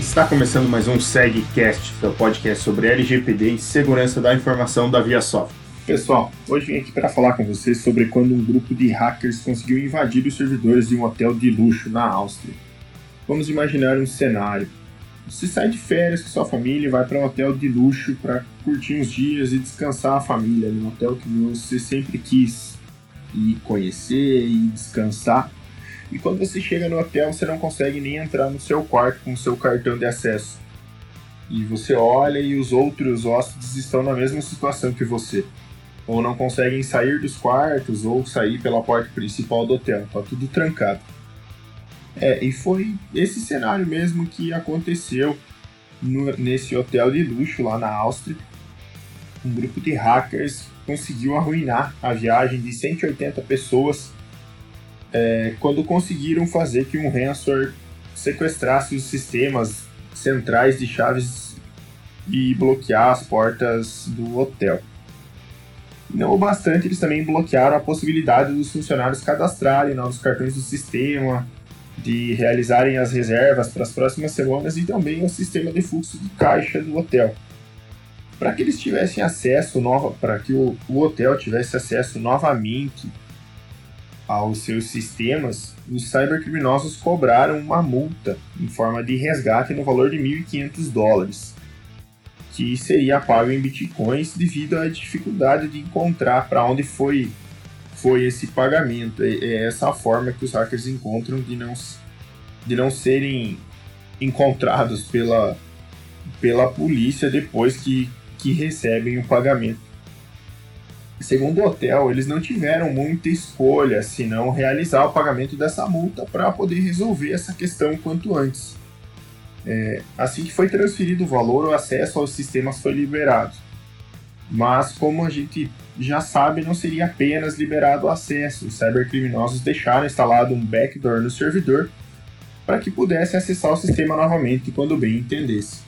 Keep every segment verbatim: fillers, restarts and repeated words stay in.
Está começando mais um SegCast, seu podcast sobre L G P D e segurança da informação da ViaSoft. Pessoal, hoje vim aqui para falar com vocês sobre quando um grupo de hackers conseguiu invadir os servidores de um hotel de luxo na Áustria. Vamos imaginar um cenário. Você sai de férias com sua família e vai para um hotel de luxo para curtir uns dias e descansar a família, num hotel que você sempre quis ir conhecer e descansar. E quando você chega no hotel, você não consegue nem entrar no seu quarto com o seu cartão de acesso. E você olha e os outros hóspedes estão na mesma situação que você. Ou não conseguem sair dos quartos ou sair pela porta principal do hotel. Tá tudo trancado. É, e foi esse cenário mesmo que aconteceu no, nesse hotel de luxo lá na Áustria. Um grupo de hackers conseguiu arruinar a viagem de cento e oitenta pessoas É, quando conseguiram fazer que um ransomware sequestrasse os sistemas centrais de chaves e bloquear as portas do hotel. Não o bastante, eles também bloquearam a possibilidade dos funcionários cadastrarem novos cartões do sistema, de realizarem as reservas para as próximas semanas e também o sistema de fluxo de caixa do hotel. Para que eles tivessem acesso, nova, para que o, o hotel tivesse acesso novamente aos seus sistemas, os cybercriminosos cobraram uma multa em forma de resgate no valor de mil e quinhentos dólares, que seria pago em bitcoins devido à dificuldade de encontrar para onde foi, foi esse pagamento. É essa a forma que os hackers encontram de não, de não serem encontrados pela, pela polícia depois que, que recebem o pagamento. Segundo o hotel, eles não tiveram muita escolha senão realizar o pagamento dessa multa para poder resolver essa questão quanto antes. É, assim que foi transferido o valor, o acesso aos sistemas foi liberado. Mas, como a gente já sabe, não seria apenas liberado o acesso. Os cybercriminosos deixaram instalado um backdoor no servidor para que pudesse acessar o sistema novamente quando bem entendesse.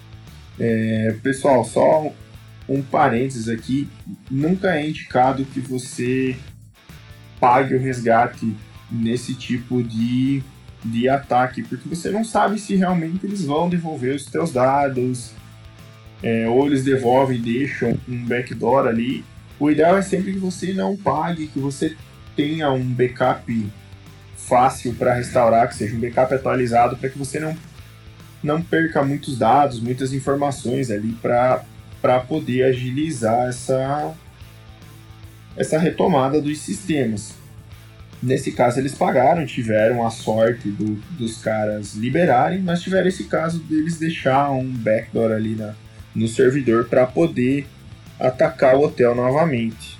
É, pessoal, só um parênteses aqui, nunca é indicado que você pague o resgate nesse tipo de, de ataque, porque você não sabe se realmente eles vão devolver os seus dados, é, ou eles devolvem e deixam um backdoor ali. O ideal é sempre que você não pague, que você tenha um backup fácil para restaurar, que seja um backup atualizado, para que você não, não perca muitos dados, muitas informações ali para para poder agilizar essa, essa retomada dos sistemas. Nesse caso eles pagaram, tiveram a sorte do, dos caras liberarem, mas tiveram esse caso deles deixar um backdoor ali na, no servidor para poder atacar o hotel novamente.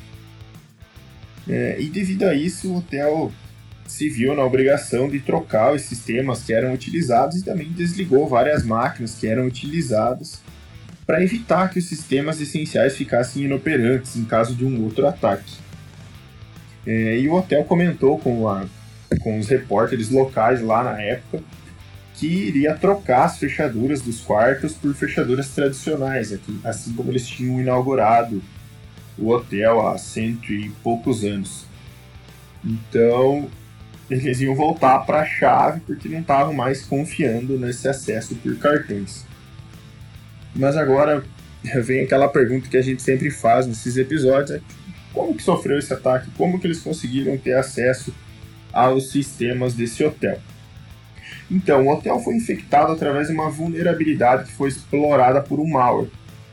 É, e devido a isso o hotel se viu na obrigação de trocar os sistemas que eram utilizados e também desligou várias máquinas que eram utilizadas para evitar que os sistemas essenciais ficassem inoperantes em caso de um outro ataque. É, e o hotel comentou com, a, com os repórteres locais lá na época que iria trocar as fechaduras dos quartos por fechaduras tradicionais, aqui, assim como eles tinham inaugurado o hotel há cento e poucos anos. Então, eles iam voltar para a chave porque não estavam mais confiando nesse acesso por cartões. Mas agora vem aquela pergunta que a gente sempre faz nesses episódios, é como que sofreu esse ataque? Como que eles conseguiram ter acesso aos sistemas desse hotel? Então, o hotel foi infectado através de uma vulnerabilidade que foi explorada por um malware.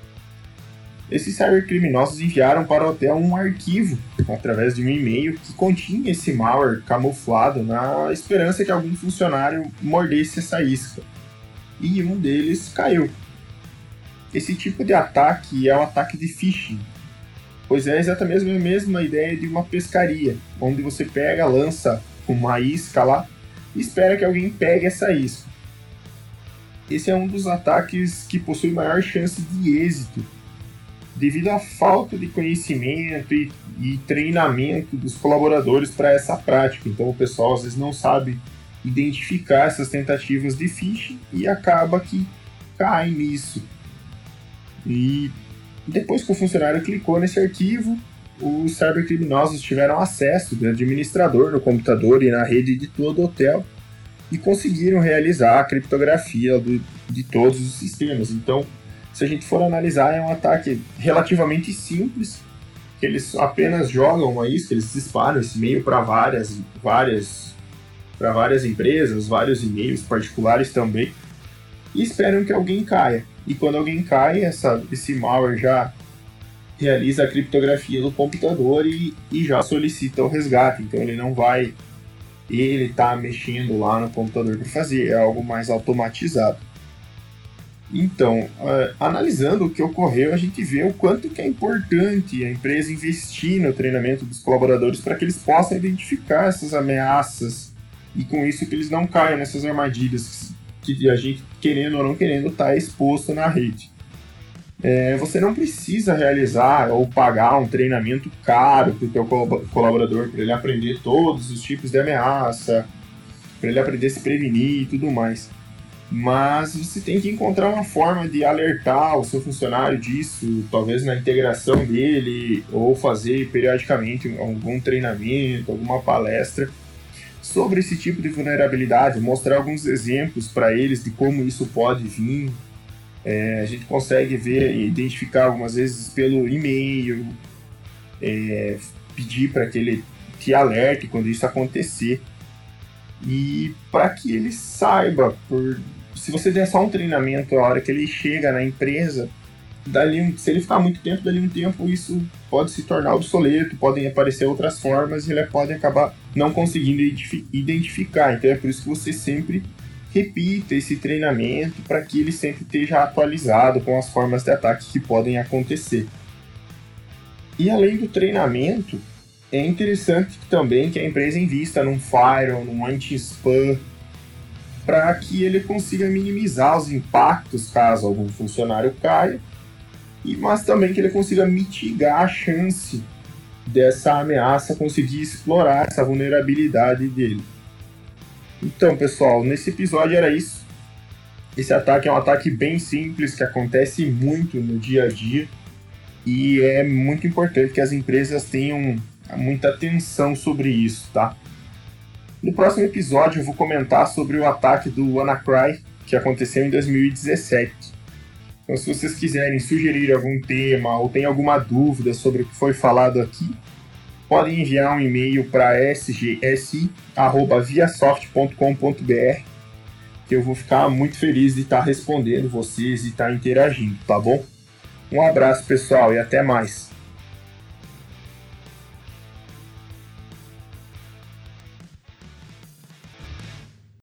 Esses cybercriminosos enviaram para o hotel um arquivo através de um e-mail que continha esse malware camuflado na esperança que algum funcionário mordesse essa isca. E um deles caiu. Esse tipo de ataque é um ataque de phishing, pois é exatamente a mesma ideia de uma pescaria, onde você pega, lança uma isca lá e espera que alguém pegue essa isca. Esse é um dos ataques que possui maior chance de êxito, devido à falta de conhecimento e, e treinamento dos colaboradores para essa prática. Então o pessoal às vezes não sabe identificar essas tentativas de phishing e acaba que cai nisso. E depois que o funcionário clicou nesse arquivo, os cybercriminosos tiveram acesso do administrador no computador e na rede de todo o hotel e conseguiram realizar a criptografia do, de todos os sistemas. Então, se a gente for analisar, é um ataque relativamente simples, que eles apenas jogam uma isca, eles disparam esse e-mail para várias, várias, para várias empresas, vários e-mails particulares também, e esperam que alguém caia. E quando alguém cai, essa, esse malware já realiza a criptografia do computador e, e já solicita o resgate. Então ele não vai, ele tá mexendo lá no computador para fazer, é algo mais automatizado. Então, uh, analisando o que ocorreu, a gente vê o quanto que é importante a empresa investir no treinamento dos colaboradores para que eles possam identificar essas ameaças e com isso que eles não caiam nessas armadilhas que a gente, querendo ou não querendo, está exposto na rede. É, você não precisa realizar ou pagar um treinamento caro para o teu colaborador, para ele aprender todos os tipos de ameaça, para ele aprender a se prevenir e tudo mais. Mas você tem que encontrar uma forma de alertar o seu funcionário disso, talvez na integração dele, ou fazer periodicamente algum treinamento, alguma palestra sobre esse tipo de vulnerabilidade, mostrar alguns exemplos para eles de como isso pode vir. É, a gente consegue ver e identificar algumas vezes pelo e-mail, é, pedir para que ele te alerte quando isso acontecer. E para que ele saiba, por, se você der só um treinamento a hora que ele chega na empresa, dali, se ele ficar muito tempo, dali um tempo isso pode se tornar obsoleto, podem aparecer outras formas e ele pode acabar não conseguindo identificar. Então é por isso que você sempre repita esse treinamento para que ele sempre esteja atualizado com as formas de ataque que podem acontecer. E além do treinamento, é interessante também que a empresa invista num firewall, num anti-spam, para que ele consiga minimizar os impactos caso algum funcionário caia, e, mas também que ele consiga mitigar a chance dessa ameaça conseguir explorar essa vulnerabilidade dele. Então, pessoal, nesse episódio era isso. Esse ataque é um ataque bem simples, que acontece muito no dia a dia, e é muito importante que as empresas tenham muita atenção sobre isso, tá? No próximo episódio eu vou comentar sobre o ataque do WannaCry, que aconteceu em dois mil e dezessete. Então, se vocês quiserem sugerir algum tema ou tem alguma dúvida sobre o que foi falado aqui, podem enviar um e-mail para s g s i arroba viasoft ponto com ponto b r, que eu vou ficar muito feliz de estar respondendo vocês e estar interagindo, tá bom? Um abraço, pessoal, e até mais!